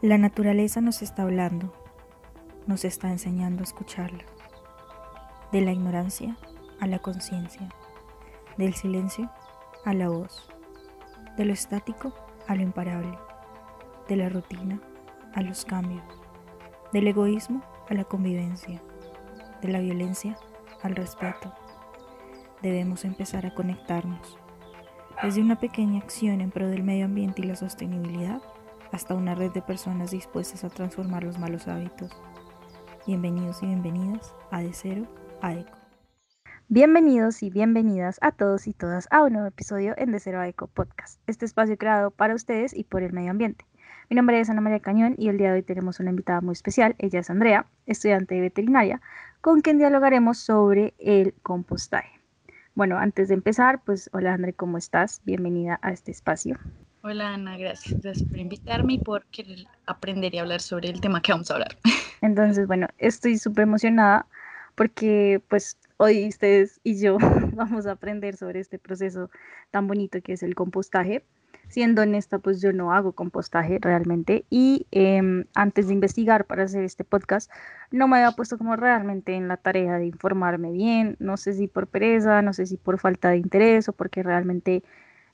La naturaleza nos está hablando, nos está enseñando a escucharla. De la ignorancia a la conciencia, del silencio a la voz, de lo estático a lo imparable, de la rutina a los cambios, del egoísmo a la convivencia, de la violencia al respeto. Debemos empezar a conectarnos, desde una pequeña acción en pro del medio ambiente y la sostenibilidad, hasta una red de personas dispuestas a transformar los malos hábitos. Bienvenidos y bienvenidas a De Cero a Eco. Bienvenidos y bienvenidas a todos y todas a un nuevo episodio en De Cero a Eco Podcast, este espacio creado para ustedes y por el medio ambiente. Mi nombre es Ana María Cañón y el día de hoy tenemos una invitada muy especial. Ella es Andrea, estudiante de veterinaria, con quien dialogaremos sobre el compostaje. Bueno, antes de empezar, pues hola Andrea, ¿cómo estás? Bienvenida a este espacio. Hola Ana, gracias por invitarme y por querer aprender y hablar sobre el tema que vamos a hablar. Entonces, bueno, estoy súper emocionada porque pues hoy ustedes y yo vamos a aprender sobre este proceso tan bonito que es el compostaje. Siendo honesta, pues yo no hago compostaje realmente y antes de investigar para hacer este podcast no me había puesto como realmente en la tarea de informarme bien, no sé si por pereza, no sé si por falta de interés o porque realmente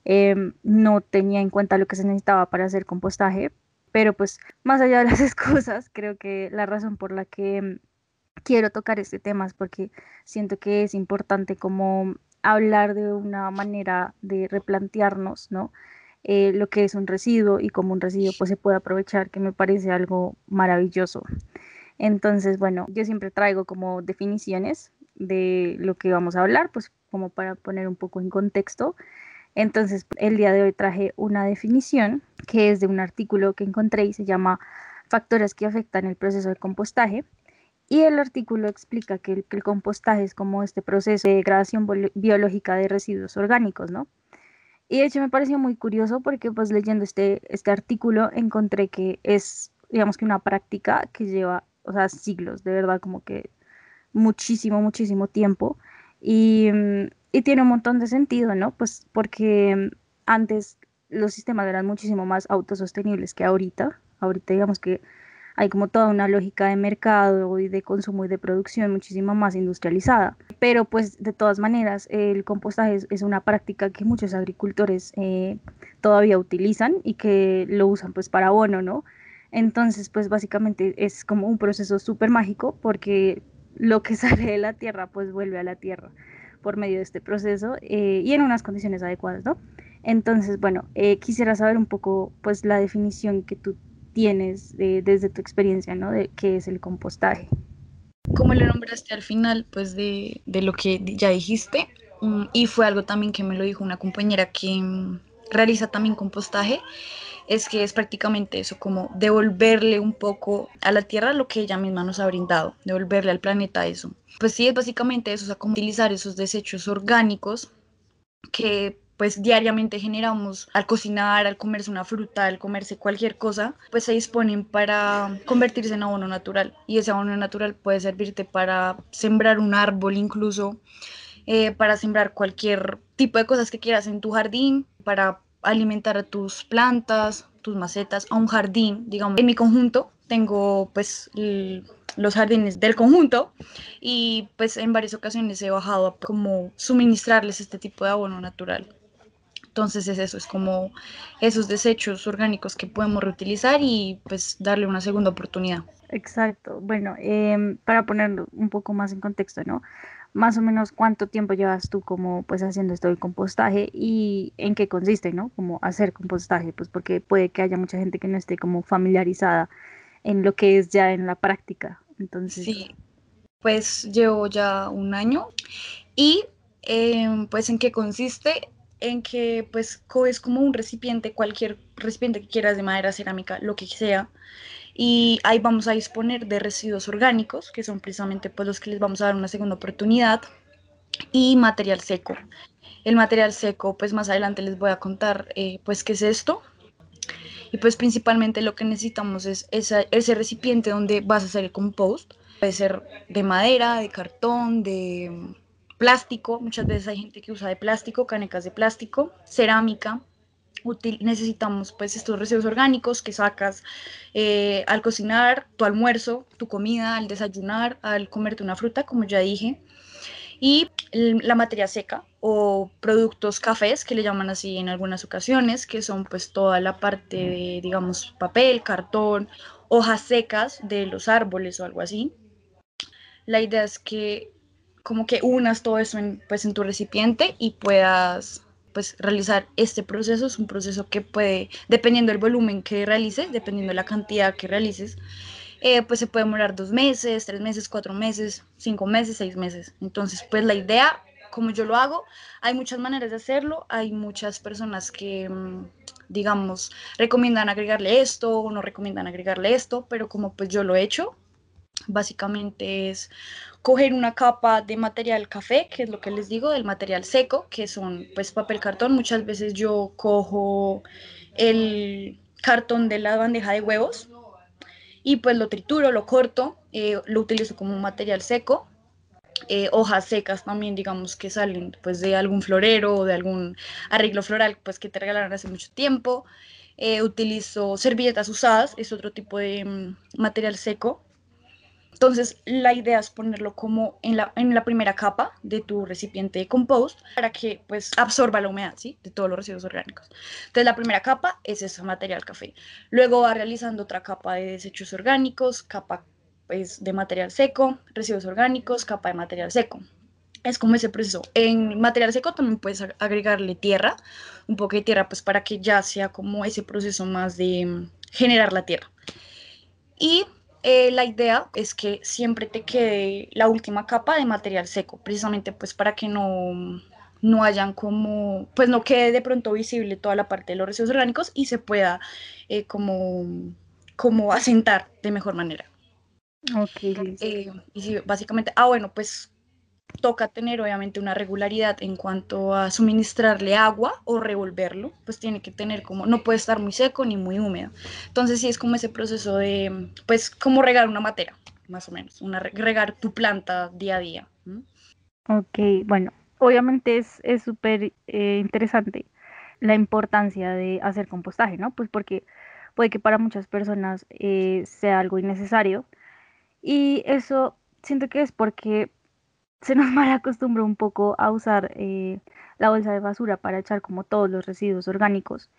no tenía en cuenta lo que se necesitaba para hacer compostaje, pero pues más allá de las excusas, creo que la razón por la que quiero tocar este tema es porque siento que es importante como hablar de una manera de replantearnos, ¿no? Lo que es un residuo y cómo un residuo pues se puede aprovechar, que me parece algo maravilloso. Entonces, bueno, yo siempre traigo como definiciones de lo que vamos a hablar, pues como para poner un poco en contexto. Entonces, el día de hoy traje una definición que es de un artículo que encontré y se llama Factores que afectan el proceso de compostaje. Y el artículo explica que el compostaje es como este proceso de degradación biológica de residuos orgánicos, ¿no? Y de hecho me pareció muy curioso porque pues leyendo este artículo encontré que es, digamos que una práctica que lleva, o sea, siglos, de verdad, como que muchísimo tiempo y tiene un montón de sentido, ¿no? Pues porque antes los sistemas eran muchísimo más autosostenibles que ahorita. Ahorita digamos que hay como toda una lógica de mercado y de consumo y de producción muchísimo más industrializada. Pero pues de todas maneras el compostaje es una práctica que muchos agricultores todavía utilizan y que lo usan pues para abono, ¿no? Entonces pues básicamente es como un proceso súper mágico porque lo que sale de la tierra pues vuelve a la tierra por medio de este proceso y en unas condiciones adecuadas, ¿no? Entonces, bueno, quisiera saber un poco pues la definición que tú tienes desde tu experiencia, ¿no? De qué es el compostaje. Como lo nombraste al final, pues de lo que ya dijiste, y fue algo también que me lo dijo una compañera que realiza también compostaje, es que es prácticamente eso, como devolverle un poco a la tierra lo que ella misma nos ha brindado, devolverle al planeta eso. Pues sí, es básicamente eso, o sea, como utilizar esos desechos orgánicos que pues diariamente generamos al cocinar, al comerse una fruta, al comerse cualquier cosa, pues se disponen para convertirse en abono natural. Y ese abono natural puede servirte para sembrar un árbol incluso, para sembrar cualquier tipo de cosas que quieras en tu jardín, para alimentar a tus plantas, tus macetas, a un jardín, digamos. En mi conjunto tengo pues los jardines del conjunto y pues en varias ocasiones he bajado a como suministrarles este tipo de abono natural. Entonces es eso, es como esos desechos orgánicos que podemos reutilizar y pues darle una segunda oportunidad. Exacto. Bueno, para ponerlo un poco más en contexto, ¿no? Más o menos cuánto tiempo llevas tú como pues haciendo esto del compostaje y en qué consiste, ¿no? Como hacer compostaje, pues porque puede que haya mucha gente que no esté como familiarizada en lo que es ya en la práctica. Entonces, Sí, pues llevo ya un año y pues en qué consiste, en que pues coges como un recipiente, cualquier recipiente que quieras de madera, cerámica, lo que sea, y ahí vamos a disponer de residuos orgánicos, que son precisamente pues los que les vamos a dar una segunda oportunidad, y material seco. El material seco, pues más adelante les voy a contar pues qué es esto, y pues principalmente lo que necesitamos es ese recipiente donde vas a hacer el compost. Puede ser de madera, de cartón, de plástico. Muchas veces hay gente que usa de plástico, canecas de plástico, cerámica. necesitamos pues estos residuos orgánicos que sacas al cocinar tu almuerzo, tu comida, al desayunar, al comerte una fruta, como ya dije, y la materia seca o productos cafés, que le llaman así en algunas ocasiones, que son pues toda la parte de, digamos, papel, cartón, hojas secas de los árboles o algo así. La idea es que como que unas todo eso en, pues, en tu recipiente y puedas pues realizar este proceso. Es un proceso que puede, dependiendo del volumen que realices, dependiendo de la cantidad que realices, pues se puede demorar 2 meses, 3 meses, 4 meses, 5 meses, 6 meses. Entonces, pues la idea, como yo lo hago, hay muchas maneras de hacerlo, hay muchas personas que, digamos, recomiendan agregarle esto o no recomiendan agregarle esto, pero como pues yo lo he hecho, básicamente es coger una capa de material café, que es lo que les digo, del material seco, que son pues papel cartón. Muchas veces yo cojo el cartón de la bandeja de huevos y pues lo trituro, lo corto, lo utilizo como un material seco. Hojas secas también, digamos, que salen pues de algún florero o de algún arreglo floral pues que te regalaron hace mucho tiempo. Utilizo servilletas usadas, es otro tipo de material seco. Entonces, la idea es ponerlo como en la primera capa de tu recipiente de compost para que pues absorba la humedad, ¿sí? De todos los residuos orgánicos. Entonces, la primera capa es ese material café. Luego va realizando otra capa de desechos orgánicos, capa pues, de material seco, residuos orgánicos, capa de material seco. Es como ese proceso. En material seco también puedes agregarle tierra, un poco de tierra, pues para que ya sea como ese proceso más de generar la tierra. Y la idea es que siempre te quede la última capa de material seco, precisamente pues para que no hayan como, pues no quede de pronto visible toda la parte de los residuos orgánicos y se pueda como asentar de mejor manera. Ok, listo. Y sí, básicamente, bueno, pues toca tener obviamente una regularidad en cuanto a suministrarle agua o revolverlo, pues tiene que tener como, no puede estar muy seco ni muy húmedo. Entonces sí es como ese proceso de, pues como regar una matera, más o menos, regar tu planta día a día. Ok, bueno, obviamente es súper interesante la importancia de hacer compostaje, ¿no? Pues porque puede que para muchas personas sea algo innecesario y eso siento que es porque se nos mal acostumbra un poco a usar la bolsa de basura para echar como todos los residuos orgánicos.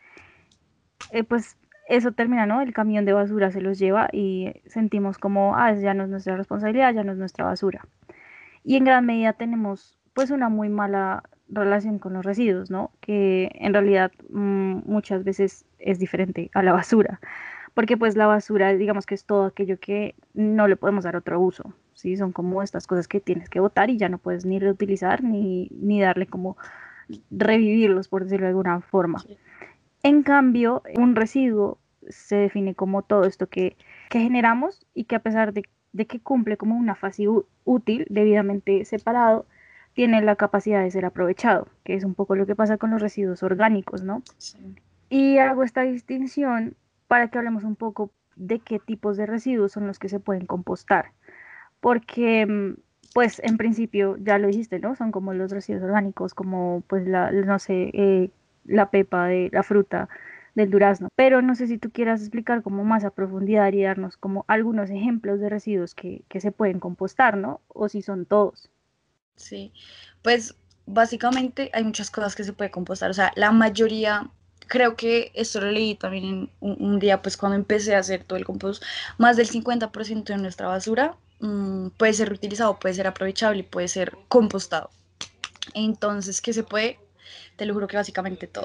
Pues eso termina, ¿no? El camión de basura se los lleva y sentimos como, ya no es nuestra responsabilidad, ya no es nuestra basura. Y en gran medida tenemos pues una muy mala relación con los residuos, ¿no? Que en realidad muchas veces es diferente a la basura, porque pues la basura digamos que es todo aquello que no le podemos dar otro uso, ¿sí? Son como estas cosas que tienes que botar y ya no puedes ni reutilizar ni darle como revivirlos, por decirlo de alguna forma. En cambio, un residuo se define como todo esto que generamos y que a pesar de que cumple como una fase útil debidamente separado, tiene la capacidad de ser aprovechado, que es un poco lo que pasa con los residuos orgánicos, ¿no? Sí. Y hago esta distinción para que hablemos un poco de qué tipos de residuos son los que se pueden compostar, porque pues en principio ya lo dijiste, ¿no? Son como los residuos orgánicos, como pues no sé, la pepa de la fruta del durazno. Pero no sé si tú quieras explicar como más a profundidad y darnos como algunos ejemplos de residuos que se pueden compostar, ¿no? O si son todos. Sí, pues básicamente hay muchas cosas que se puede compostar, o sea, la mayoría, creo que esto lo leí también en un día, pues cuando empecé a hacer todo el compost, más del 50% de nuestra basura puede ser reutilizado, puede ser aprovechable y puede ser compostado. Entonces, ¿qué se puede? Te lo juro que básicamente todo.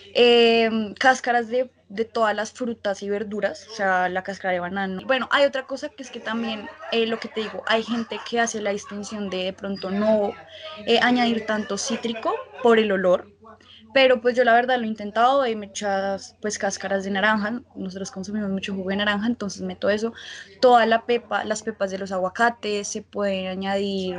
Cáscaras de todas las frutas y verduras, o sea, la cáscara de banano. Bueno, hay otra cosa que es que también, lo que te digo, hay gente que hace la distinción de pronto no añadir tanto cítrico por el olor, pero pues yo la verdad lo he intentado, hay muchas pues cáscaras de naranja, nosotros consumimos mucho jugo de naranja, entonces meto eso, toda la pepa, las pepas de los aguacates, se pueden añadir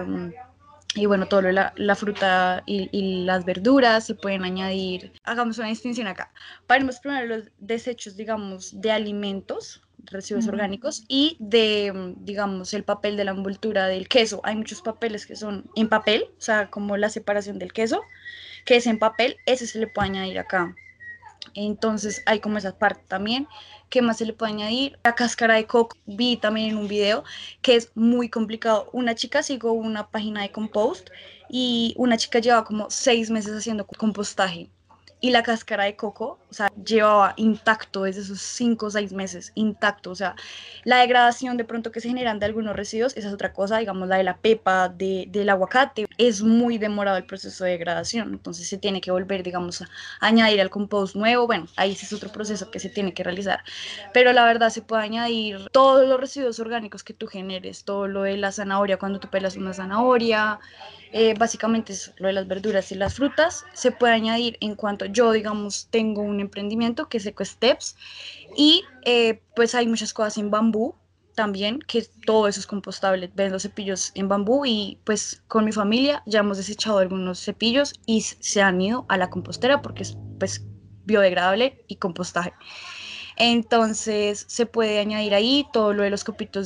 y bueno, todo la fruta y las verduras se pueden añadir. Hagamos una distinción acá. Paremos primero los desechos, digamos, de alimentos, residuos Ujú. orgánicos y de, digamos, el papel de la envoltura del queso. Hay muchos papeles que son en papel, o sea, como la separación del queso, que es en papel, ese se le puede añadir acá. Entonces hay como esa parte también. ¿Qué más se le puede añadir? La cáscara de coco. Vi también en un video que es muy complicado. Una chica, sigo una página de compost y una chica lleva como 6 meses haciendo compostaje. Y la cáscara de coco, o sea, llevaba intacto desde esos 5 o 6 meses, intacto. O sea, la degradación de pronto que se generan de algunos residuos, esa es otra cosa, digamos la de la pepa, del aguacate, es muy demorado el proceso de degradación. Entonces se tiene que volver, digamos, a añadir al compost nuevo. Bueno, ahí sí es otro proceso que se tiene que realizar. Pero la verdad se puede añadir todos los residuos orgánicos que tú generes, todo lo de la zanahoria cuando tú pelas una zanahoria, básicamente es lo de las verduras y las frutas. Se puede añadir en cuanto yo, digamos, tengo un emprendimiento que es EcoSteps y pues hay muchas cosas en bambú también, que todo eso es compostable. Ven los cepillos en bambú y pues con mi familia ya hemos desechado algunos cepillos y se han ido a la compostera porque es pues biodegradable y compostaje. Entonces se puede añadir ahí todo lo de los copitos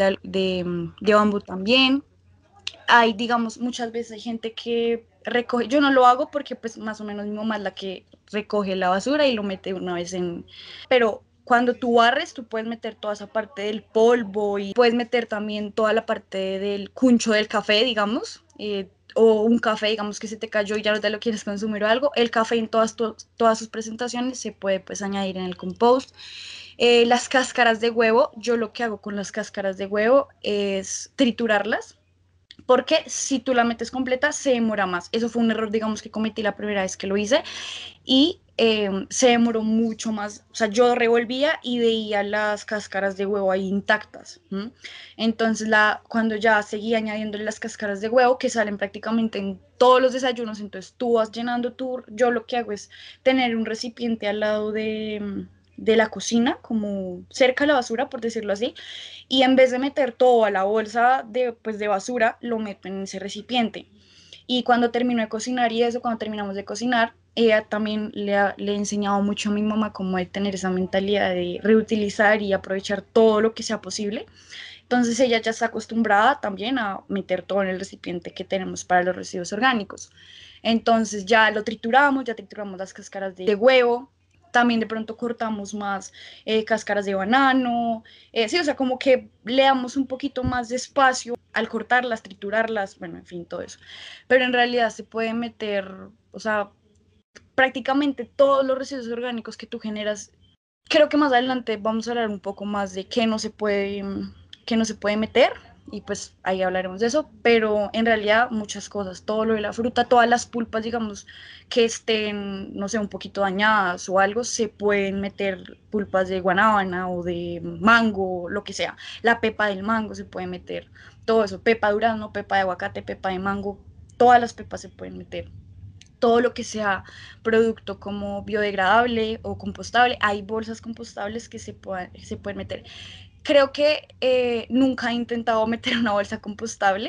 de bambú también. Hay, digamos, muchas veces hay gente que recoge, yo no lo hago porque pues más o menos mi mamá es la que recoge la basura y lo mete una vez en, pero cuando tú barres, tú puedes meter toda esa parte del polvo y puedes meter también toda la parte del cuncho del café, digamos, o un café, digamos, que se te cayó y ya no te lo quieres consumir o algo. El café en todas sus presentaciones se puede pues añadir en el compost. Las cáscaras de huevo, yo lo que hago con las cáscaras de huevo es triturarlas porque si tú la metes completa se demora más. Eso fue un error, digamos, que cometí la primera vez que lo hice y se demoró mucho más. O sea, yo revolvía y veía las cáscaras de huevo ahí intactas. ¿M? Entonces, cuando ya seguía añadiéndole las cáscaras de huevo, que salen prácticamente en todos los desayunos, entonces tú vas llenando yo lo que hago es tener un recipiente al lado de la cocina, como cerca a la basura, por decirlo así, y en vez de meter todo a la bolsa pues, de basura, lo meto en ese recipiente. Y cuando termino de cocinar y eso, cuando terminamos de cocinar, ella también le he enseñado mucho a mi mamá cómo de tener esa mentalidad de reutilizar y aprovechar todo lo que sea posible. Entonces ella ya está acostumbrada también a meter todo en el recipiente que tenemos para los residuos orgánicos. Entonces ya lo trituramos, ya trituramos las cáscaras de huevo, también de pronto cortamos más cáscaras de banano, sí, o sea, como que le damos un poquito más de espacio al cortarlas, triturarlas, bueno, en fin, todo eso. Pero en realidad se puede meter, o sea, prácticamente todos los residuos orgánicos que tú generas. Creo que más adelante vamos a hablar un poco más de qué no se puede meter y pues ahí hablaremos de eso, pero en realidad muchas cosas, todo lo de la fruta, todas las pulpas, digamos, que estén, no sé, un poquito dañadas o algo, se pueden meter pulpas de guanábana o de mango, lo que sea, la pepa del mango se puede meter, todo eso, pepa de durazno, pepa de aguacate, pepa de mango, todas las pepas se pueden meter, todo lo que sea producto como biodegradable o compostable. Hay bolsas compostables que se pueden meter. Creo que nunca he intentado meter una bolsa compostable.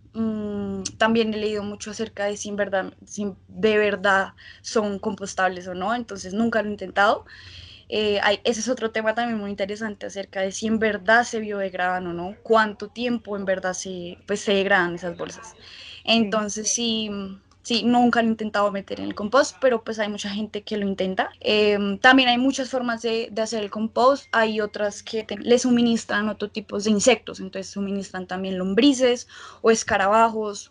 También he leído mucho acerca de si de verdad son compostables o no, entonces nunca lo he intentado. Ese es otro tema también muy interesante acerca de si en verdad se biodegradan o no, cuánto tiempo en verdad pues, se degradan esas bolsas. Sí. Entonces, sí, sí, nunca lo he intentado meter en el compost, pero pues hay mucha gente que lo intenta. También hay muchas formas de hacer el compost, hay otras que le suministran otro tipo de insectos, entonces suministran también lombrices o escarabajos.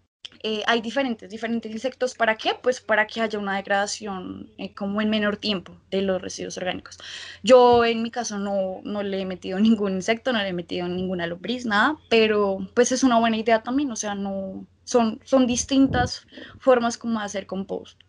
Hay diferentes insectos. ¿Para qué? Pues para que haya una degradación como en menor tiempo de los residuos orgánicos. Yo en mi caso no le he metido ningún insecto, no le he metido ninguna lombriz, nada, pero pues es una buena idea también, o sea, no, son distintas formas como de hacer compost.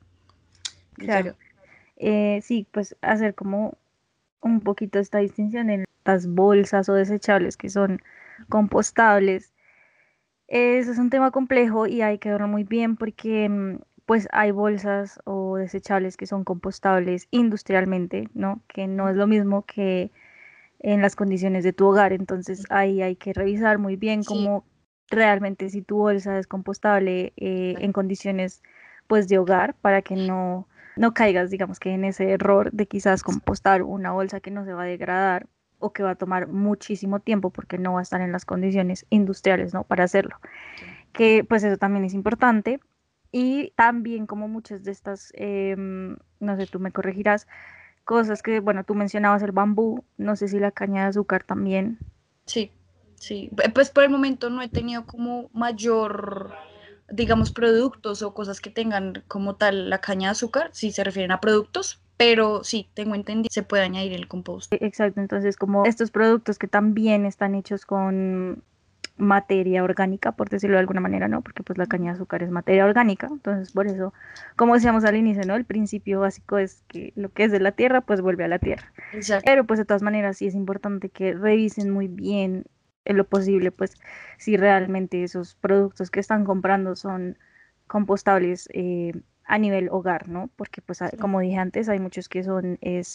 Y ya. Claro. Sí, pues hacer como un poquito esta distinción en las bolsas o desechables que son compostables. Ese es un tema complejo y hay que verlo muy bien porque pues hay bolsas o desechables que son compostables industrialmente, ¿no? Que no es lo mismo que en las condiciones de tu hogar. Entonces ahí hay que revisar muy bien Sí, cómo realmente si tu bolsa es compostable en condiciones pues de hogar para que no caigas, digamos que en ese error de quizás compostar una bolsa que no se va a degradar o que va a tomar muchísimo tiempo porque no va a estar en las condiciones industriales, ¿no? Para hacerlo. Que pues eso también es importante. Y también como muchas de estas, no sé, tú me corregirás, cosas que, bueno, tú mencionabas el bambú, no sé si la caña de azúcar también. Sí, sí. Pues por el momento no he tenido como mayor, digamos, productos o cosas que tengan como tal la caña de azúcar, si se refieren a productos, pero sí, tengo entendido, se puede añadir el compost. Exacto, entonces como estos productos que también están hechos con materia orgánica, por decirlo de alguna manera, ¿no? Porque pues la caña de azúcar es materia orgánica, entonces por eso, como decíamos al inicio, ¿no? El principio básico es que lo que es de la tierra, pues vuelve a la tierra. Exacto. Pero pues de todas maneras sí es importante que revisen muy bien en lo posible, pues si realmente esos productos que están comprando son compostables a nivel hogar, ¿no? Porque pues como dije antes, hay muchos que son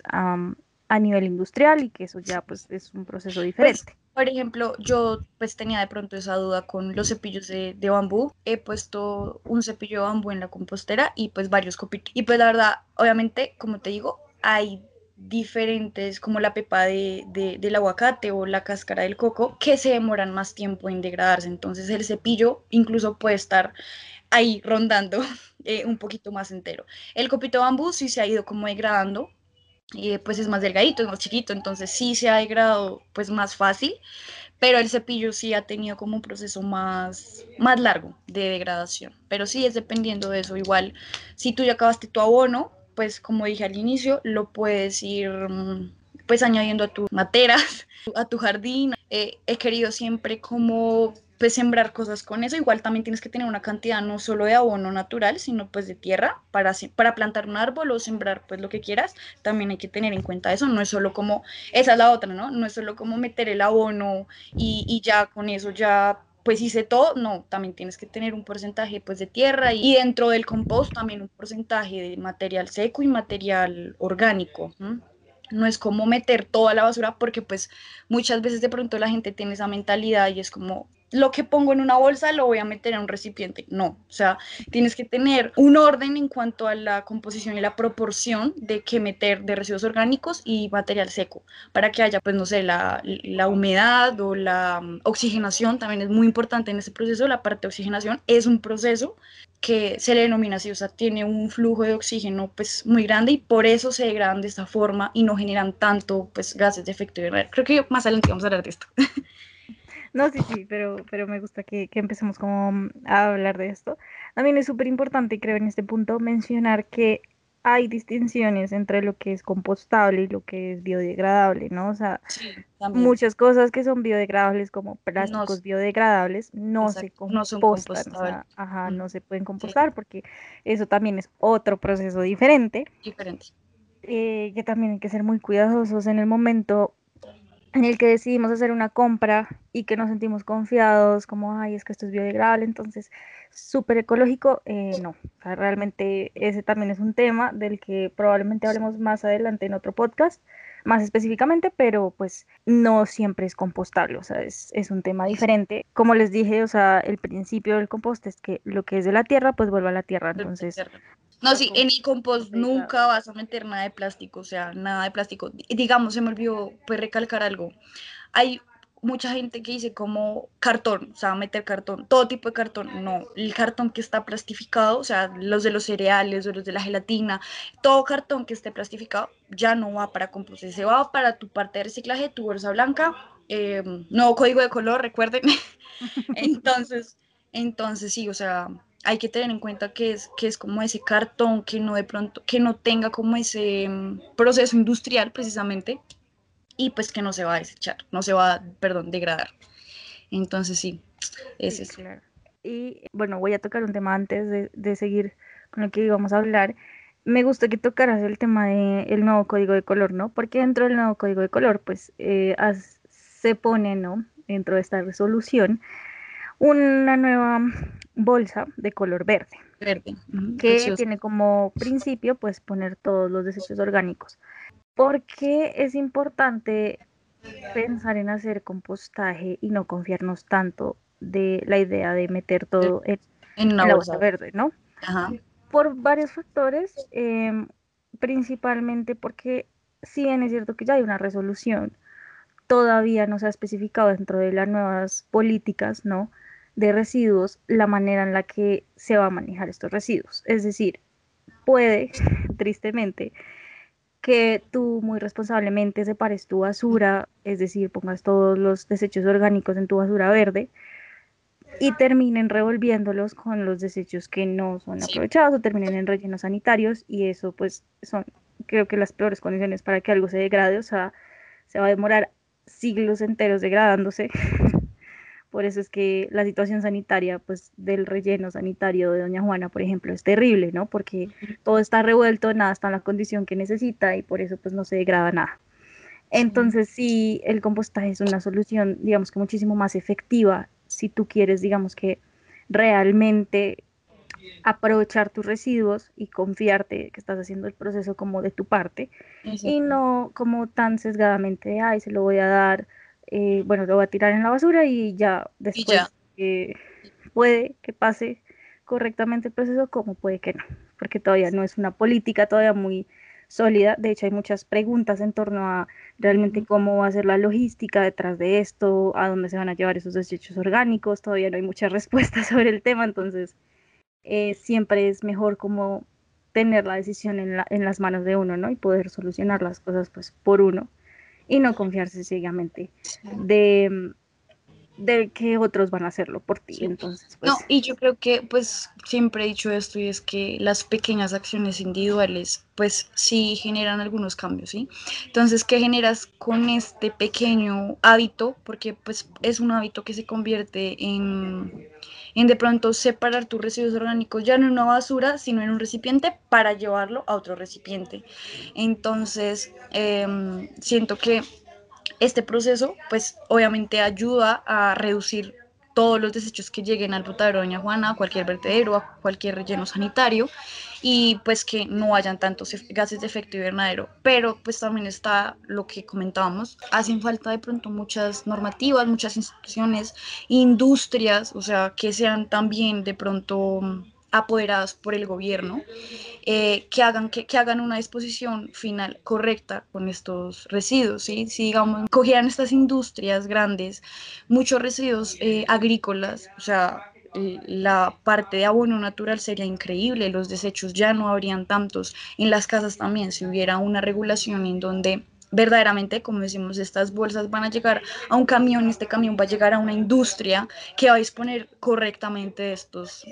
a nivel industrial y que eso ya pues es un proceso Pues, diferente. por ejemplo, yo pues tenía de pronto esa duda con los cepillos de bambú. He puesto un cepillo de bambú en la compostera y pues varios copitos. Y pues la verdad, obviamente, como te digo, hay diferentes, como la pepa del aguacate o la cáscara del coco, que se demoran más tiempo en degradarse. Entonces el cepillo incluso puede estar ahí rondando un poquito más entero. El copito de bambú sí se ha ido como degradando, pues es más delgadito, es más chiquito, entonces sí se ha degradado pues más fácil, pero el cepillo sí ha tenido como un proceso más largo de degradación, pero sí es dependiendo de eso. Igual, si tú ya acabaste tu abono, pues como dije al inicio, lo puedes ir pues añadiendo a tus materas, a tu jardín. He querido siempre como pues sembrar cosas con eso. Igual también tienes que tener una cantidad no solo de abono natural, sino pues de tierra para plantar un árbol o sembrar pues lo que quieras. También hay que tener en cuenta eso. No es solo como, esa es la otra, ¿no? No es solo como meter el abono y ya con eso ya pues hice todo, no, también tienes que tener un porcentaje pues de tierra y dentro del compost también un porcentaje de material seco y material orgánico. ¿M? No es como meter toda la basura porque pues muchas veces de pronto la gente tiene esa mentalidad y es como lo que pongo en una bolsa lo voy a meter en un recipiente. No, o sea, tienes que tener un orden en cuanto a la composición y la proporción de qué meter de residuos orgánicos y material seco para que haya, pues no sé, la humedad o la oxigenación también es muy importante en este proceso. La parte de oxigenación es un proceso que se le denomina así, o sea, tiene un flujo de oxígeno pues muy grande y por eso se degradan de esta forma y no generan tanto pues gases de efecto invernadero. Creo que más adelante vamos a hablar de esto. No, sí, sí, pero me gusta que empecemos como a hablar de esto. También es súper importante, creo, en este punto mencionar que hay distinciones entre lo que es compostable y lo que es biodegradable, ¿no? O sea, Sí, también. muchas cosas que son biodegradables como No, plásticos biodegradables no se exacto, no son compostan, o compostables. sea, ajá, Mm, no se pueden sí, compostar porque eso también es otro proceso diferente, diferente. que también hay que ser muy cuidadosos en el momento en el que decidimos hacer una compra y que nos sentimos confiados, como, ay, es que esto es biodegradable, entonces súper ecológico, no. O sea, realmente ese también es un tema del que probablemente hablemos más adelante en otro podcast, más específicamente, pero pues no siempre es compostable, o sea, es un tema diferente. Como les dije, o sea, el principio del compost es que lo que es de la tierra, pues vuelve a la tierra, entonces No, los sí, en el compost compostables. nunca vas a meter nada de plástico, o sea, nada de plástico. Digamos, se me olvidó pues recalcar algo. Hay mucha gente que dice como cartón, o sea, meter cartón, todo tipo de cartón. No, el cartón que está plastificado, o sea, los de los cereales o los de la gelatina, todo cartón que esté plastificado ya no va para compost, se va para tu parte de reciclaje, tu bolsa blanca, nuevo código de color, recuerden. Entonces, entonces sí, o sea, hay que tener en cuenta que es como ese cartón que no de pronto, que no tenga como ese proceso industrial precisamente y pues que no se va a desechar, no se va, perdón, degradar. Entonces sí, es Sí, eso. claro. Y bueno, voy a tocar un tema antes de seguir con lo que íbamos a hablar. Me gusta que tocaras el tema del nuevo código de color, ¿no? Porque dentro del nuevo código de color, pues se pone, ¿no? Dentro de esta resolución, una nueva bolsa de color verde, Verde, ujú, que precioso. tiene como principio, pues, poner todos los desechos orgánicos. ¿Por qué es importante pensar en hacer compostaje y no confiarnos tanto de la idea de meter todo En una en la bolsa bolsa. verde, ¿no? Ajá. Por varios factores, principalmente porque si bien es cierto que ya hay una resolución, todavía no se ha especificado dentro de las nuevas políticas, ¿no? de residuos la manera en la que se va a manejar estos residuos. Es decir, puede, tristemente, que tú muy responsablemente separes tu basura, es decir, pongas todos los desechos orgánicos en tu basura verde y terminen revolviéndolos con los desechos que no son Sí, aprovechados o terminen en rellenos sanitarios y eso pues son creo que las peores condiciones para que algo se degrade, o sea, se va a demorar siglos enteros degradándose. Por eso es que la situación sanitaria, pues, del relleno sanitario de Doña Juana, por ejemplo, es terrible, ¿no? Porque todo está revuelto, nada está en la condición que necesita y por eso, pues, no se degrada nada. sí. Entonces, sí, el compostaje es una solución, digamos que muchísimo más efectiva si tú quieres, digamos que realmente aprovechar tus residuos y confiarte que estás haciendo el proceso como de tu parte y Exacto. no como tan sesgadamente de, ay, se lo voy a dar, bueno, lo voy a tirar en la basura y ya Y ya. después puede que pase correctamente el proceso como puede que no, porque todavía no es una política todavía muy sólida. De hecho, hay muchas preguntas en torno a realmente Ujú. cómo va a ser la logística detrás de esto, a dónde se van a llevar esos desechos orgánicos. Todavía no hay muchas respuestas sobre el tema, entonces siempre es mejor como tener la decisión en las manos de uno, ¿no? Y poder solucionar las cosas pues por uno y no confiarse ciegamente Sí. de, de que otros van a hacerlo por ti. Sí. Entonces, No, pues y yo creo que pues siempre he dicho esto y es que las pequeñas acciones individuales pues sí generan algunos cambios, ¿sí? Entonces, ¿qué generas con este pequeño hábito? Porque pues es un hábito que se convierte en de pronto separar tus residuos orgánicos ya no en una basura, sino en un recipiente para llevarlo a otro recipiente. Entonces, siento que este proceso, pues obviamente ayuda a reducir todos los desechos que lleguen al botadero de Doña Juana, a cualquier vertedero, a cualquier relleno sanitario, y pues que no hayan tantos gases de efecto invernadero. Pero pues también está lo que comentábamos, hacen falta de pronto muchas normativas, muchas instituciones, industrias, o sea, que sean también de pronto apoderadas por el gobierno, que hagan una disposición final correcta con estos residuos, ¿sí? Si, digamos, cogieran estas industrias grandes, muchos residuos agrícolas, o sea, la parte de abono natural sería increíble, los desechos ya no habrían tantos, en las casas también, si hubiera una regulación en donde verdaderamente, como decimos, estas bolsas van a llegar a un camión, este camión va a llegar a una industria que va a disponer correctamente de estos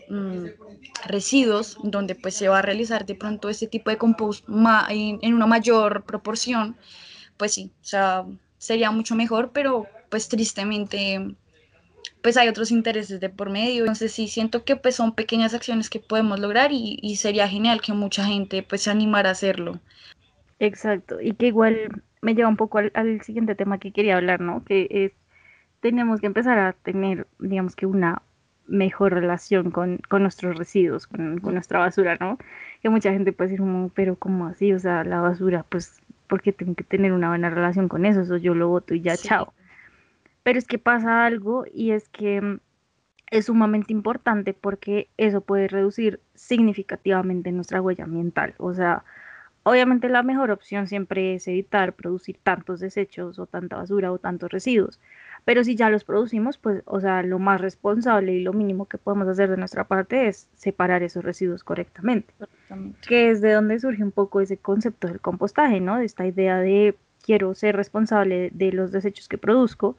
residuos, donde pues se va a realizar de pronto este tipo de compost en una mayor proporción, pues sí, o sea, sería mucho mejor, pero pues tristemente pues hay otros intereses de por medio, entonces sí siento que pues son pequeñas acciones que podemos lograr y sería genial que mucha gente pues se animara a hacerlo. exacto. Y que igual me lleva un poco al siguiente tema que quería hablar, ¿no? Que es, tenemos que empezar a tener, digamos que una mejor relación con nuestros residuos, con nuestra basura, ¿no? Que mucha gente puede decir, como, pero ¿cómo así? O sea, la basura, pues, ¿por qué tengo que tener una buena relación con eso? Eso yo lo boto y ya, Sí, chao. Pero es que pasa algo y es que es sumamente importante porque eso puede reducir significativamente nuestra huella ambiental. O sea, obviamente la mejor opción siempre es evitar producir tantos desechos o tanta basura o tantos residuos. Pero si ya los producimos, pues, o sea, lo más responsable y lo mínimo que podemos hacer de nuestra parte es separar esos residuos correctamente, exactamente. que es de donde surge un poco ese concepto del compostaje, ¿no? De esta idea de quiero ser responsable de los desechos que produzco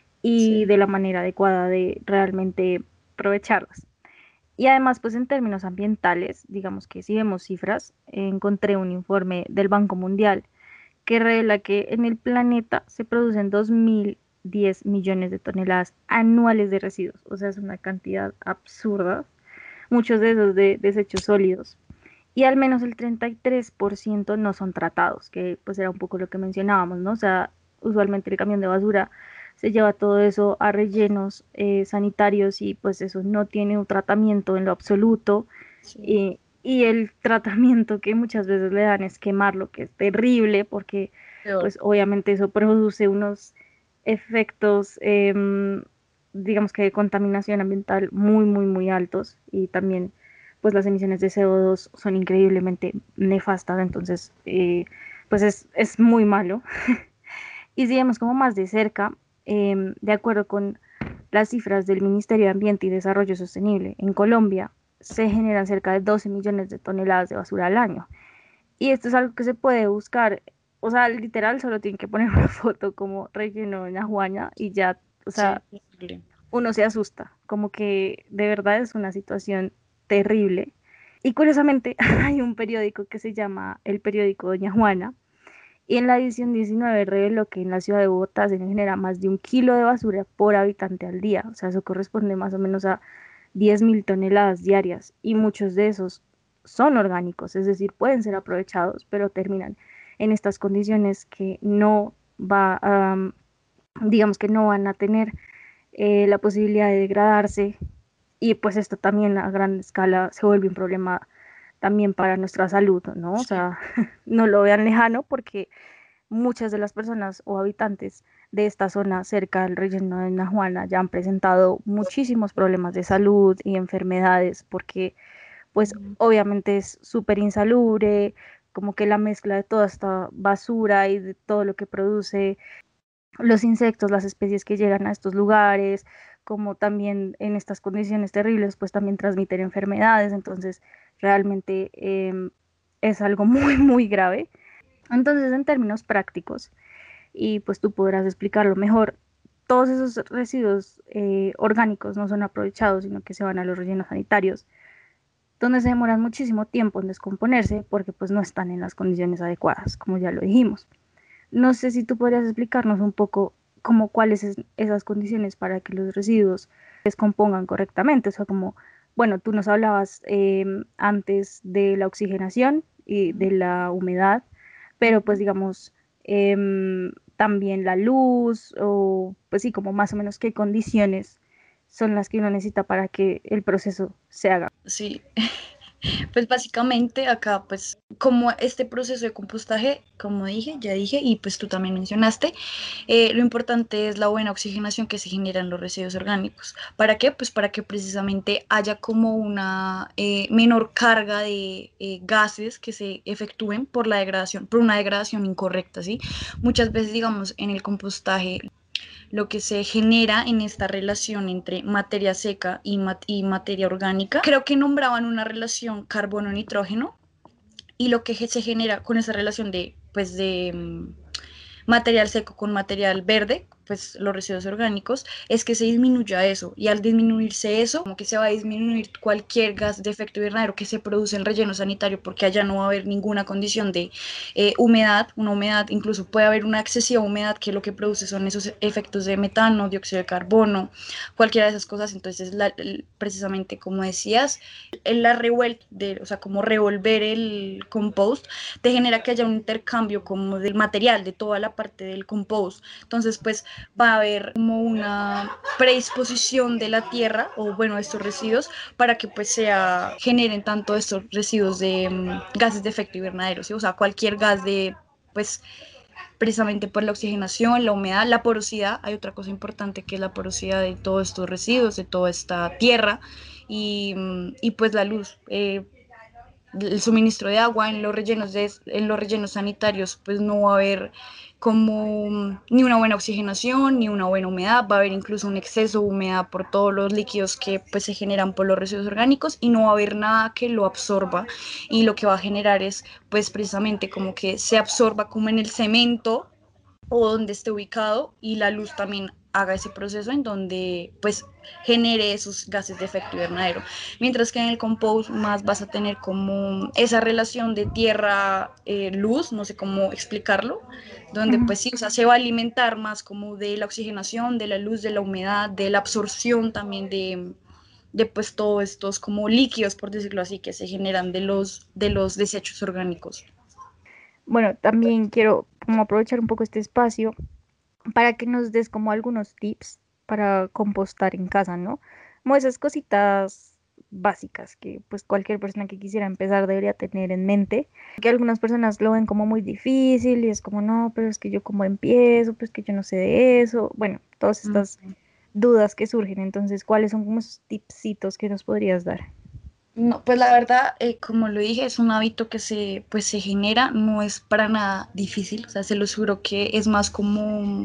y Sí. de la manera adecuada de realmente aprovecharlas. Y además, pues en términos ambientales, digamos que si vemos cifras, encontré un informe del Banco Mundial que revela que en el planeta se producen 2010 millones de toneladas anuales de residuos. O sea, es una cantidad absurda, muchos de esos de desechos sólidos. Y al menos el 33% no son tratados, que pues era un poco lo que mencionábamos, ¿no? O sea, usualmente el camión de basura se lleva todo eso a rellenos sanitarios y pues eso no tiene un tratamiento en lo absoluto. Sí. Y el tratamiento que muchas veces le dan es quemarlo, que es terrible porque Peor. pues obviamente eso produce unos efectos, digamos que de contaminación ambiental muy, muy, muy altos y también pues las emisiones de CO2 son increíblemente nefastas, entonces pues es muy malo. Y si vemos como más de cerca, de acuerdo con las cifras del Ministerio de Ambiente y Desarrollo Sostenible, en Colombia se generan cerca de 12 millones de toneladas de basura al año. Y esto es algo que se puede buscar, o sea, literal solo tienen que poner una foto como relleno de Najuaña y ya, o Sí, sea, horrible. uno se asusta, como que de verdad es una situación terrible. Y curiosamente hay un periódico que se llama El Periódico Doña Juana, y en la edición 19 reveló que en la ciudad de Bogotá se genera más de 1 kilo de basura por habitante al día, o sea, eso corresponde más o menos a 10.000 toneladas diarias, y muchos de esos son orgánicos, es decir, pueden ser aprovechados, pero terminan en estas condiciones que no va a, digamos que no van a tener la posibilidad de degradarse, y pues esto también a gran escala se vuelve un problema también para nuestra salud, ¿no? O Sí. sea, no lo vean lejano porque muchas de las personas o habitantes de esta zona cerca del relleno de Najuana ya han presentado muchísimos problemas de salud y enfermedades porque pues Ujú. obviamente es súper insalubre, como que la mezcla de toda esta basura y de todo lo que produce los insectos, las especies que llegan a estos lugares, como también en estas condiciones terribles, pues también transmiten enfermedades, entonces realmente es algo muy, muy grave. Entonces, en términos prácticos, y pues tú podrás explicarlo mejor, todos esos residuos orgánicos no son aprovechados, sino que se van a los rellenos sanitarios, donde se demoran muchísimo tiempo en descomponerse porque pues no están en las condiciones adecuadas, como ya lo dijimos. No sé si tú podrías explicarnos un poco cómo cuáles es esas condiciones para que los residuos se descompongan correctamente. O sea, como, bueno, tú nos hablabas antes de la oxigenación y de la humedad, pero pues Ujú. digamos también la luz o pues sí, como más o menos qué condiciones son las que uno necesita para que el proceso se haga. Sí, pues básicamente acá, pues como este proceso de compostaje, como dije, ya dije, y pues tú también mencionaste, lo importante es la buena oxigenación que se genera en los residuos orgánicos. ¿Para qué? Pues para que precisamente haya como una menor carga de gases que se efectúen por la degradación, por una degradación incorrecta, ¿sí? Muchas veces, digamos, en el compostaje lo que se genera en esta relación entre materia seca y materia orgánica. Creo que nombraban una relación carbono-nitrógeno y lo que se genera con esa relación de, pues de material seco con material verde, pues los residuos orgánicos, es que se disminuya eso. Y al disminuirse eso, como que se va a disminuir cualquier gas de efecto invernadero que se produce en relleno sanitario, porque allá no va a haber ninguna condición de humedad, una humedad, incluso puede haber una excesiva humedad que lo que produce son esos efectos de metano, dióxido de carbono, cualquiera de esas cosas. Entonces, precisamente como decías, en la revuelta, o sea, como revolver el compost, te genera que haya un intercambio como del material, de toda la parte del compost. Entonces, pues va a haber como una predisposición de la tierra, o bueno, estos residuos, para que pues generen tanto estos residuos de gases de efecto invernadero, ¿sí? O sea, cualquier gas de, pues, precisamente por la oxigenación, la humedad, la porosidad. Hay otra cosa importante que es la porosidad de todos estos residuos, de toda esta tierra y pues la luz. El suministro de agua en los rellenos sanitarios, pues no va a haber como ni una buena oxigenación ni una buena humedad, va a haber incluso un exceso de humedad por todos los líquidos que pues se generan por los residuos orgánicos y no va a haber nada que lo absorba, y lo que va a generar es pues precisamente como que se absorba como en el cemento o donde esté ubicado, y la luz también haga ese proceso en donde pues genere esos gases de efecto invernadero. Mientras que en el compost más vas a tener como esa relación de tierra-luz, no sé cómo explicarlo, donde Ujú. pues sí, o sea, se va a alimentar más como de la oxigenación, de la luz, de la humedad, de la absorción también de pues todos estos como líquidos, por decirlo así, que se generan de los desechos orgánicos. Bueno, también quiero como aprovechar un poco este espacio para que nos des como algunos tips para compostar en casa, ¿no? Como esas cositas básicas que pues cualquier persona que quisiera empezar debería tener en mente, que algunas personas lo ven como muy difícil y es como, no, pero es que yo como empiezo, pues que yo no sé de eso, bueno, todas estas dudas que surgen, entonces, ¿cuáles son como esos tipsitos que nos podrías dar? No, pues la verdad, como lo dije, es un hábito que pues se genera, no es para nada difícil, o sea, se los juro que es más como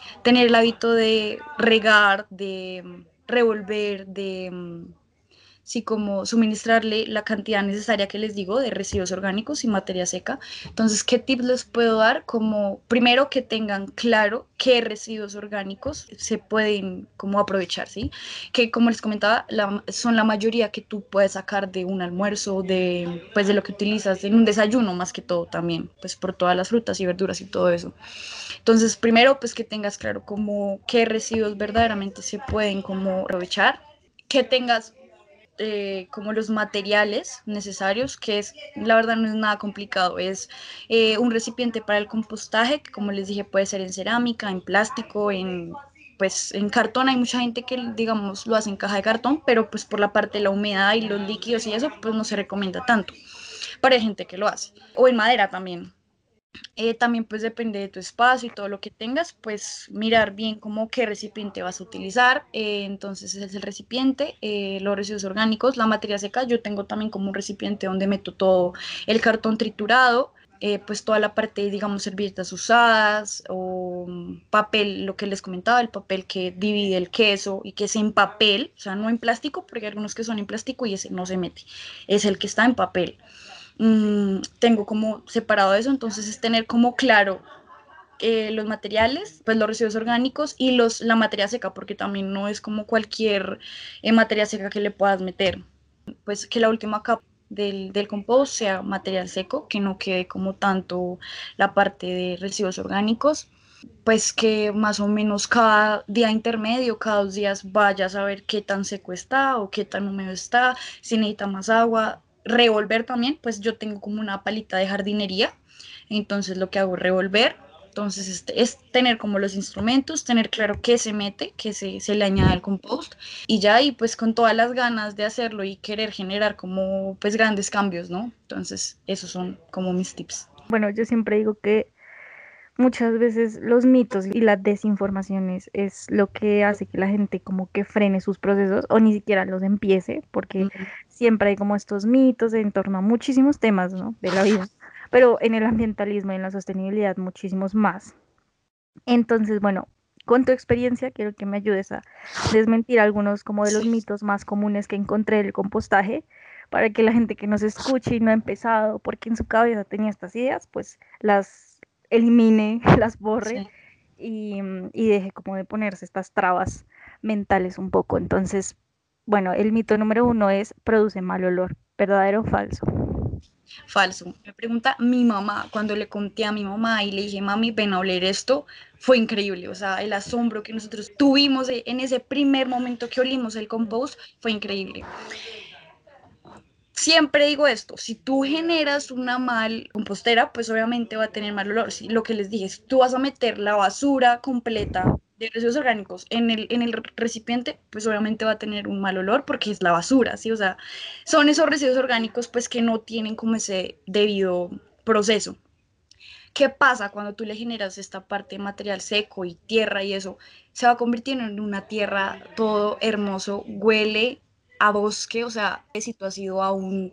tener el hábito de regar, de revolver, de sí, como suministrarle la cantidad necesaria que les digo de residuos orgánicos y materia seca. Entonces, ¿qué tips les puedo dar? Como primero que tengan claro qué residuos orgánicos se pueden como aprovechar, ¿sí? Que como les comentaba, son la mayoría que tú puedes sacar de un almuerzo, pues de lo que utilizas en un desayuno más que todo también, pues por todas las frutas y verduras y todo eso. Entonces, primero, pues que tengas claro como qué residuos verdaderamente se pueden como aprovechar, que tengas como los materiales necesarios, que es, la verdad no es nada complicado, es un recipiente para el compostaje, que como les dije puede ser en cerámica, en plástico, pues en cartón. Hay mucha gente que digamos lo hace en caja de cartón, pero pues por la parte de la humedad y los líquidos y eso pues no se recomienda tanto, pero hay gente que lo hace, o en madera también. También pues depende de tu espacio y todo lo que tengas, pues mirar bien cómo qué recipiente vas a utilizar. Entonces ese es el recipiente, los residuos orgánicos, la materia seca. Yo tengo también como un recipiente donde meto todo el cartón triturado, pues toda la parte, digamos, servilletas usadas o papel, lo que les comentaba, el papel que divide el queso y que es en papel, o sea, no en plástico, porque hay algunos que son en plástico y ese no se mete, es el que está en papel. Tengo como separado eso, entonces es tener como claro los materiales, pues los residuos orgánicos y la materia seca, porque también no es como cualquier materia seca que le puedas meter, pues que la última capa del compost sea material seco, que no quede como tanto la parte de residuos orgánicos, pues que más o menos cada día intermedio, cada 2 días vayas a ver qué tan seco está o qué tan húmedo está, si necesita más agua. Revolver también, pues yo tengo como una palita de jardinería, entonces lo que hago es revolver. Entonces es tener como los instrumentos, tener claro qué se mete, qué se le añade al compost y ya, y pues con todas las ganas de hacerlo y querer generar como pues grandes cambios, ¿no? Entonces esos son como mis tips. Bueno, yo siempre digo que muchas veces los mitos y las desinformaciones es lo que hace que la gente como que frene sus procesos o ni siquiera los empiece, porque Ujú. siempre hay como estos mitos en torno a muchísimos temas, ¿no? De la vida, pero en el ambientalismo y en la sostenibilidad muchísimos más. Entonces, bueno, con tu experiencia quiero que me ayudes a desmentir algunos como de los Sí. mitos más comunes que encontré del compostaje para que la gente que nos escuche y no ha empezado porque en su cabeza tenía estas ideas, pues las elimine, las borre Sí. y deje como de ponerse estas trabas mentales un poco. Entonces, bueno, el mito número uno es produce mal olor, ¿verdadero o falso? Falso. Me pregunta mi mamá, cuando le conté a mi mamá y le dije, mami, ven a oler esto, fue increíble. O sea, el asombro que nosotros tuvimos en ese primer momento que olimos el compost fue increíble. Siempre digo esto, si tú generas una mal compostera, pues obviamente va a tener mal olor. Lo que les dije, si tú vas a meter la basura completa de residuos orgánicos en el recipiente, pues obviamente va a tener un mal olor porque es la basura, ¿sí? O sea, son esos residuos orgánicos pues que no tienen como ese debido proceso. ¿Qué pasa cuando tú le generas esta parte de material seco y tierra y eso? Se va convirtiendo en una tierra todo hermoso, huele a bosque, o sea, si tú has ido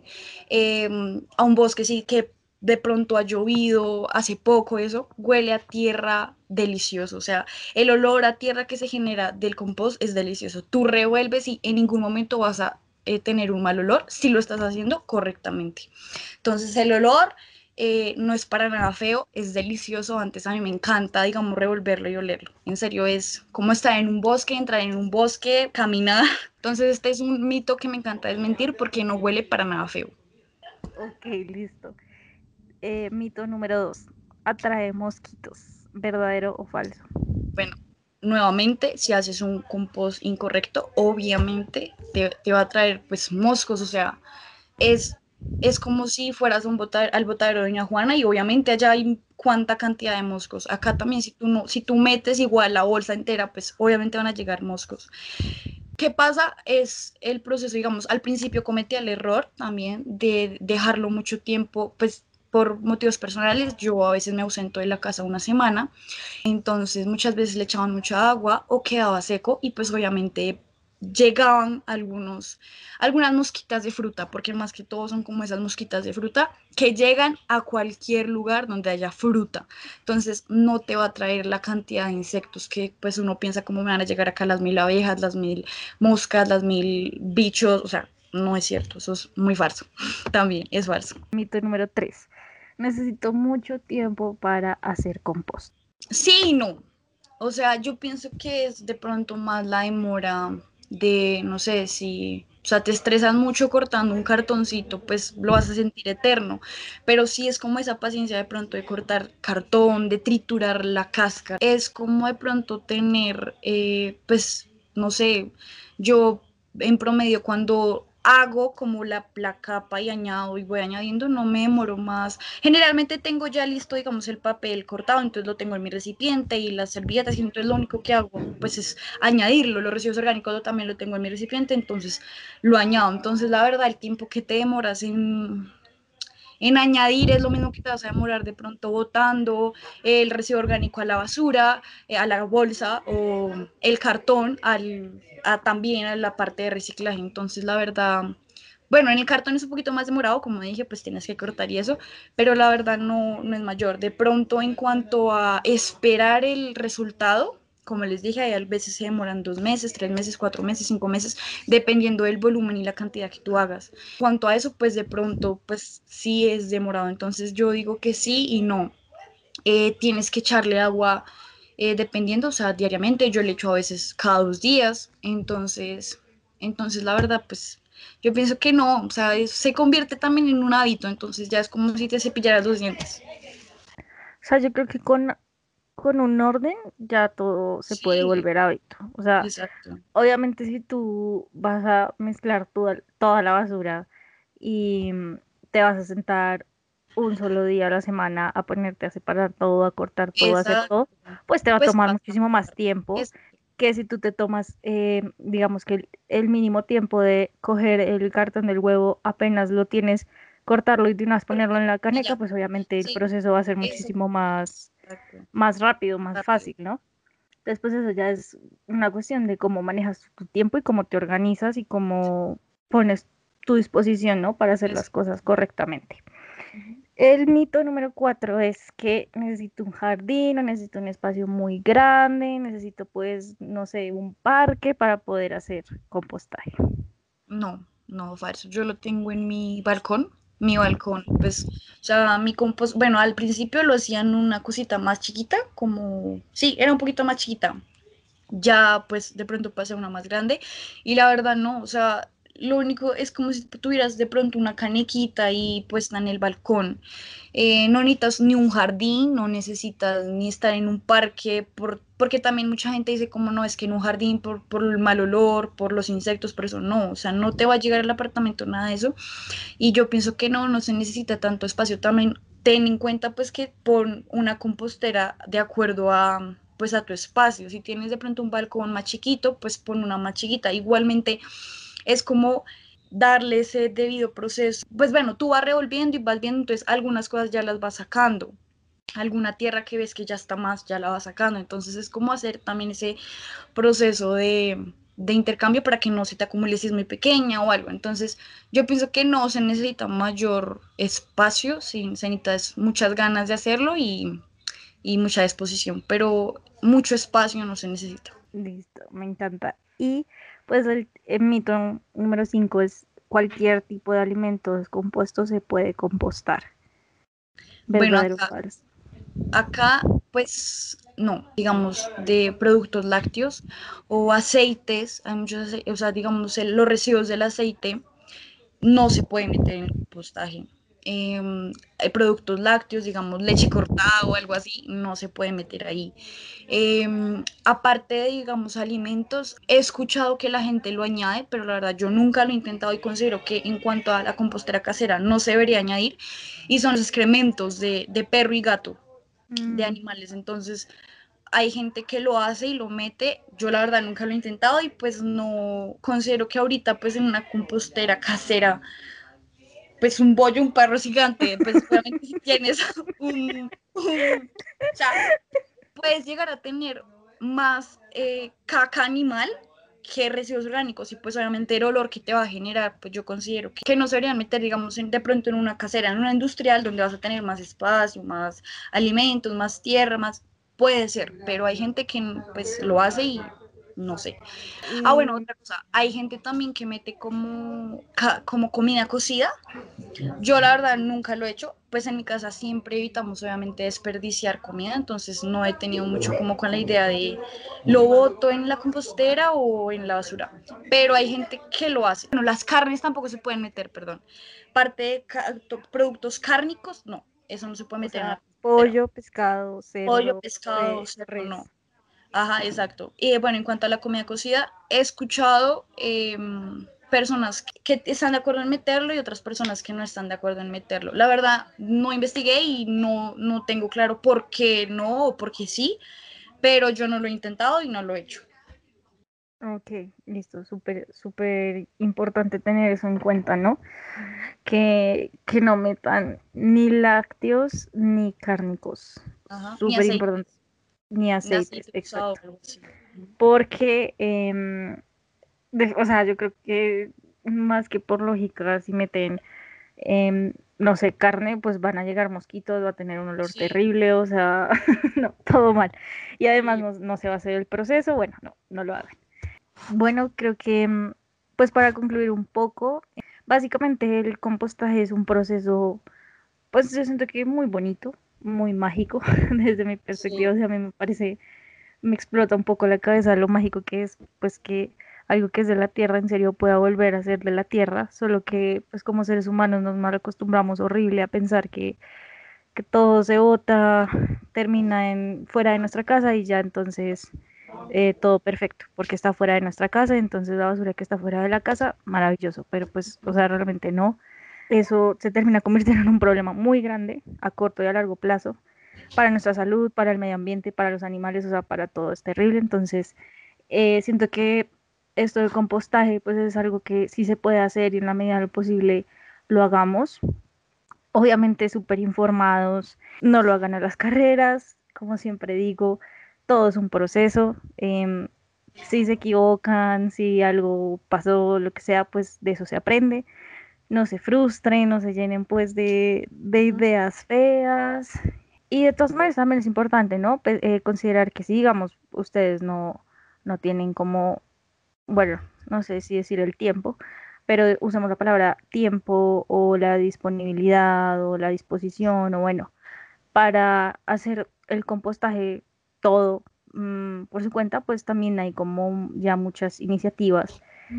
a un bosque sí que de pronto ha llovido hace poco, eso huele a tierra delicioso, o sea, el olor a tierra que se genera del compost es delicioso. Tú revuelves y en ningún momento vas a tener un mal olor si lo estás haciendo correctamente. Entonces el olor no es para nada feo, es delicioso. Antes a mí me encanta, digamos, revolverlo y olerlo. En serio, es como estar en un bosque, entrar en un bosque, caminar. Entonces este es un mito que me encanta desmentir porque no huele para nada feo. Ok, listo. Mito número dos, atrae mosquitos, ¿verdadero o falso? Bueno, nuevamente, si haces un compost incorrecto, obviamente te va a traer pues moscos, o sea, es, es como si fueras al botadero de Doña Juana y obviamente allá hay cuánta cantidad de moscos. Acá también si tú no, si tú metes igual la bolsa entera, pues obviamente van a llegar moscos. ¿Qué pasa? Es el proceso, digamos, al principio cometí el error también de dejarlo mucho tiempo, pues por motivos personales, yo a veces me ausento de la casa una semana, entonces muchas veces le echaban mucha agua o quedaba seco y pues obviamente llegaban algunas mosquitas de fruta, porque más que todo son como esas mosquitas de fruta que llegan a cualquier lugar donde haya fruta. Entonces no te va a traer la cantidad de insectos que pues uno piensa cómo me van a llegar acá las 1000 abejas, las 1000 moscas, las 1000 bichos, o sea, no es cierto, eso es muy falso, también es falso. Mito número 3. Necesito mucho tiempo para hacer compost. Sí y no. O sea, yo pienso que es de pronto más la demora de, no sé, si, o sea, te estresas mucho cortando un cartoncito, pues lo vas a sentir eterno, pero sí es como esa paciencia de pronto de cortar cartón, de triturar la cáscara, es como de pronto tener, pues, no sé, yo en promedio cuando hago como la capa y añado y voy añadiendo, no me demoro más. Generalmente tengo ya listo, digamos, el papel cortado, entonces lo tengo en mi recipiente y las servilletas, y entonces lo único que hago, pues, es añadirlo. Los residuos orgánicos también lo tengo en mi recipiente, entonces lo añado. Entonces, la verdad, el tiempo que te demoras en añadir es lo mismo que te vas a demorar de pronto botando el residuo orgánico a la basura, a la bolsa, o el cartón también a la parte de reciclaje. Entonces, la verdad, bueno, en el cartón es un poquito más demorado, como dije, pues tienes que cortar y eso, pero la verdad no es mayor. De pronto, en cuanto a esperar el resultado, como les dije, hay a veces se demoran 2 meses, 3 meses, 4 meses, 5 meses, dependiendo del volumen y la cantidad que tú hagas. Cuanto a eso, pues de pronto, pues sí es demorado. Entonces yo digo que sí y no. Tienes que echarle agua dependiendo, o sea, diariamente. Yo le echo a veces cada 2 días. Entonces la verdad, pues yo pienso que no. O sea, se convierte también en un hábito. Entonces ya es como si te cepillaras los dientes. O sea, yo creo que con un orden ya todo se puede Sí, volver hábito. O sea, exacto. obviamente si tú vas a mezclar toda la basura y te vas a sentar un solo día a la semana a ponerte a separar todo, a cortar todo, a hacer todo, Exacto. pues te va a Pues tomar pasa. muchísimo más tiempo Es, que si tú te tomas, digamos que el mínimo tiempo de coger el cartón del huevo apenas lo tienes, cortarlo y de una vez ponerlo en la y caneca, ya. pues obviamente el Sí, proceso va a ser eso. muchísimo Exacto. más rápido, más Rápido. fácil, ¿no? Después eso ya es una cuestión de cómo manejas tu tiempo y cómo te organizas y cómo pones tu disposición, ¿no? Para hacer las Eso. cosas correctamente. Ujú. El mito número 4 es que necesito un jardín o necesito un espacio muy grande, necesito pues, no sé, un parque para poder hacer compostaje. No, falso. Yo lo tengo en mi balcón, pues, o sea, mi compost, bueno, al principio lo hacían una cosita más chiquita, como, sí, era un poquito más chiquita, ya pues de pronto pasé a una más grande y la verdad no, o sea, lo único es como si tuvieras de pronto una canequita ahí puesta en el balcón. No necesitas ni un jardín, no necesitas ni estar en un parque, porque también mucha gente dice como no, es que en un jardín por el mal olor, por los insectos, por eso no, o sea, no te va a llegar al apartamento nada de eso. Y yo pienso que no se necesita tanto espacio. También ten en cuenta pues que pon una compostera de acuerdo a pues a tu espacio. Si tienes de pronto un balcón más chiquito, pues pon una más chiquita. Igualmente es como darle ese debido proceso. Pues bueno, tú vas revolviendo y vas viendo, entonces algunas cosas ya las vas sacando. Alguna tierra que ves que ya está más, ya la vas sacando. Entonces es como hacer también ese proceso de intercambio para que no se te acumule si es muy pequeña o algo. Entonces, yo pienso que no se necesita mayor espacio, sí, se necesita muchas ganas de hacerlo y mucha disposición, pero mucho espacio no se necesita. Listo, me encanta. Y pues el mito número 5 es cualquier tipo de alimento descompuesto se puede compostar. Bueno, ¿Verdadero o falso? acá pues no, digamos, de productos lácteos o aceites, hay muchos, o sea, digamos, los residuos del aceite no se puede meter en el compostaje. Hay productos lácteos, digamos leche cortada o algo así, no se puede meter ahí. Aparte de, digamos, alimentos, he escuchado que la gente lo añade, pero la verdad yo nunca lo he intentado y considero que en cuanto a la compostera casera no se debería añadir, y son los excrementos de perro y gato, de Mm, animales. Entonces, hay gente que lo hace y lo mete. Yo la verdad nunca lo he intentado y pues no considero que ahorita pues en una compostera casera pues un bollo, un perro gigante, pues obviamente si tienes o sea, puedes llegar a tener más caca animal que residuos orgánicos y pues obviamente el olor que te va a generar, pues yo considero que no se deberían meter, digamos, de pronto en una casera, en una industrial donde vas a tener más espacio, más alimentos, más tierra, más, puede ser, pero hay gente que pues lo hace y no sé. Bueno, Y otra cosa, hay gente también que mete como comida cocida. Yo la verdad nunca lo he hecho, pues en mi casa siempre evitamos obviamente desperdiciar comida, entonces no he tenido mucho como con la idea de lo boto en la compostera o en la basura, pero hay gente que lo hace. Bueno, las carnes tampoco se pueden meter, perdón. Parte de productos cárnicos, no, eso no se puede o meter en la sea, compostera. pollo, pescado, Pollo, cerdo, pescado, cerdo, no. res. Ajá, exacto. Y bueno, en cuanto a la comida cocida, he escuchado personas que están de acuerdo en meterlo y otras personas que no están de acuerdo en meterlo. La verdad, no investigué y no tengo claro por qué no o por qué sí, pero yo no lo he intentado y no lo he hecho. Ok, listo, súper, súper importante tener eso en cuenta, ¿no? Que no metan ni lácteos ni cárnicos. Ajá, ni Súper aceite, importante. Ni ni aceites, aceite usado exacto. o algo así. Porque, o sea, yo creo que más que por lógica, si meten, no sé, carne, pues van a llegar mosquitos, va a tener un olor Sí, terrible, o sea, no, todo mal. Y además sí. no se va a hacer el proceso, bueno, no lo hagan. Bueno, creo que, pues para concluir un poco, básicamente el compostaje es un proceso, pues yo siento que muy bonito, muy mágico desde mi Sí. perspectiva, o sea, a mí me parece, me explota un poco la cabeza lo mágico que es, pues que algo que es de la tierra en serio pueda volver a ser de la tierra, solo que pues como seres humanos nos mal acostumbramos horrible a pensar que todo se bota, termina fuera de nuestra casa y ya entonces todo perfecto, porque está fuera de nuestra casa, entonces la basura que está fuera de la casa, maravilloso, pero pues, o sea, realmente no. Eso se termina convirtiendo en un problema muy grande a corto y a largo plazo para nuestra salud, para el medio ambiente, para los animales, o sea, para todo es terrible. Entonces, siento que esto del compostaje, pues es algo que sí se puede hacer y en la medida de lo posible lo hagamos. Obviamente súper informados, no lo hagan a las carreras, como siempre digo, todo es un proceso. Si se equivocan, si algo pasó, lo que sea, pues de eso se aprende. No se frustren, no se llenen pues de ideas feas. Y de todas maneras también es importante, ¿no? Considerar que si, digamos, ustedes no tienen como, bueno, no sé si decir el tiempo, pero usamos la palabra tiempo o la disponibilidad o la disposición o bueno, para hacer el compostaje todo por su cuenta, pues también hay como ya muchas iniciativas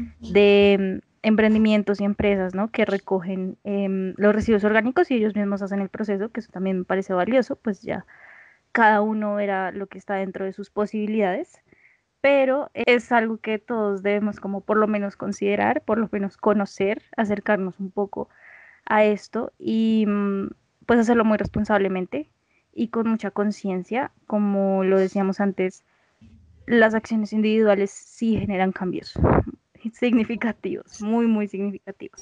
de emprendimientos y empresas, ¿no? Que recogen los residuos orgánicos y ellos mismos hacen el proceso, que eso también me parece valioso, pues ya cada uno verá lo que está dentro de sus posibilidades, pero es algo que todos debemos como por lo menos considerar, por lo menos conocer, acercarnos un poco a esto y pues hacerlo muy responsablemente y con mucha conciencia, como lo decíamos antes, las acciones individuales sí generan cambios significativos, muy, muy significativos.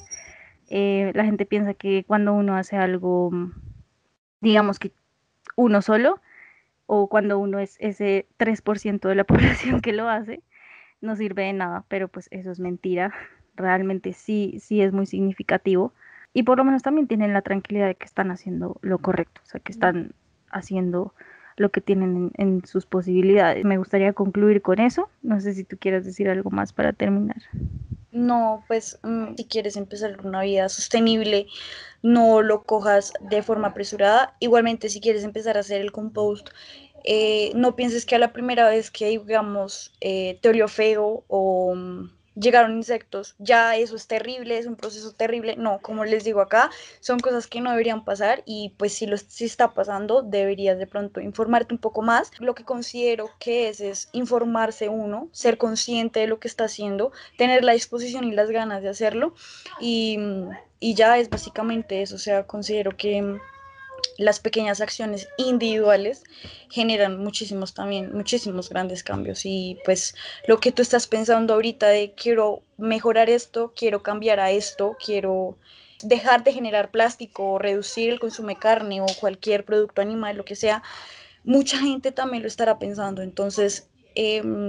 La gente piensa que cuando uno hace algo, digamos que uno solo, o cuando uno es ese 3% de la población que lo hace, no sirve de nada, pero pues eso es mentira. Realmente sí, sí es muy significativo. Y por lo menos también tienen la tranquilidad de que están haciendo lo correcto, o sea, que están haciendo lo que tienen en sus posibilidades. Me gustaría concluir con eso. No sé si tú quieras decir algo más para terminar. No, pues si quieres empezar una vida sostenible, no lo cojas de forma apresurada. Igualmente, si quieres empezar a hacer el compost, no pienses que a la primera vez que, digamos, te olió feo o llegaron insectos, ya eso es terrible, es un proceso terrible. No, como les digo acá, son cosas que no deberían pasar y pues si está pasando, deberías de pronto informarte un poco más. Lo que considero que es informarse uno, ser consciente de lo que está haciendo, tener la disposición y las ganas de hacerlo y, y ya es básicamente eso, o sea, considero que las pequeñas acciones individuales generan muchísimos también, muchísimos grandes cambios y pues lo que tú estás pensando ahorita de quiero mejorar esto, quiero cambiar a esto, quiero dejar de generar plástico o reducir el consumo de carne o cualquier producto animal, lo que sea, mucha gente también lo estará pensando, entonces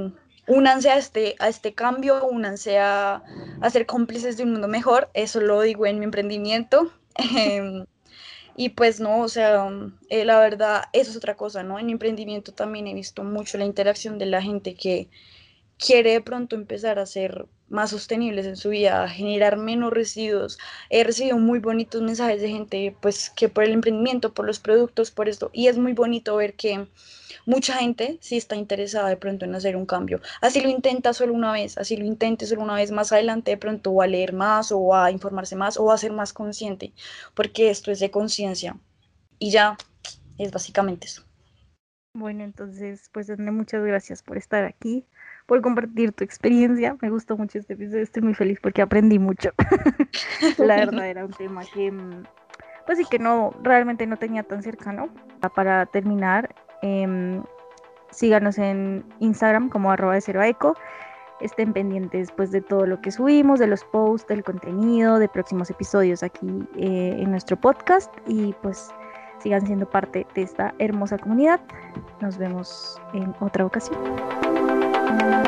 únanse a este cambio, únanse a ser cómplices de un mundo mejor, eso lo digo en mi emprendimiento. Em, y pues no, o sea, la verdad, eso es otra cosa, ¿no? En mi emprendimiento también he visto mucho la interacción de la gente que quiere de pronto empezar a ser más sostenibles en su vida, a generar menos residuos. He recibido muy bonitos mensajes de gente, pues, que por el emprendimiento, por los productos, por esto, y es muy bonito ver que mucha gente sí está interesada de pronto en hacer un cambio. Así lo intenta solo una vez, así lo intente solo una vez, más adelante de pronto va a leer más o va a informarse más o va a ser más consciente, porque esto es de conciencia. Y ya, es básicamente eso. Bueno, entonces, pues Edne, muchas gracias por estar aquí, por compartir tu experiencia. Me gustó mucho este episodio, estoy muy feliz porque aprendí mucho. La verdad era un tema que, pues sí que no, realmente no tenía tan cercano. Para terminar, síganos en Instagram como @de0eco. Estén pendientes pues de todo lo que subimos, de los posts, del contenido, de próximos episodios aquí en nuestro podcast y pues sigan siendo parte de esta hermosa comunidad. Nos vemos en otra ocasión.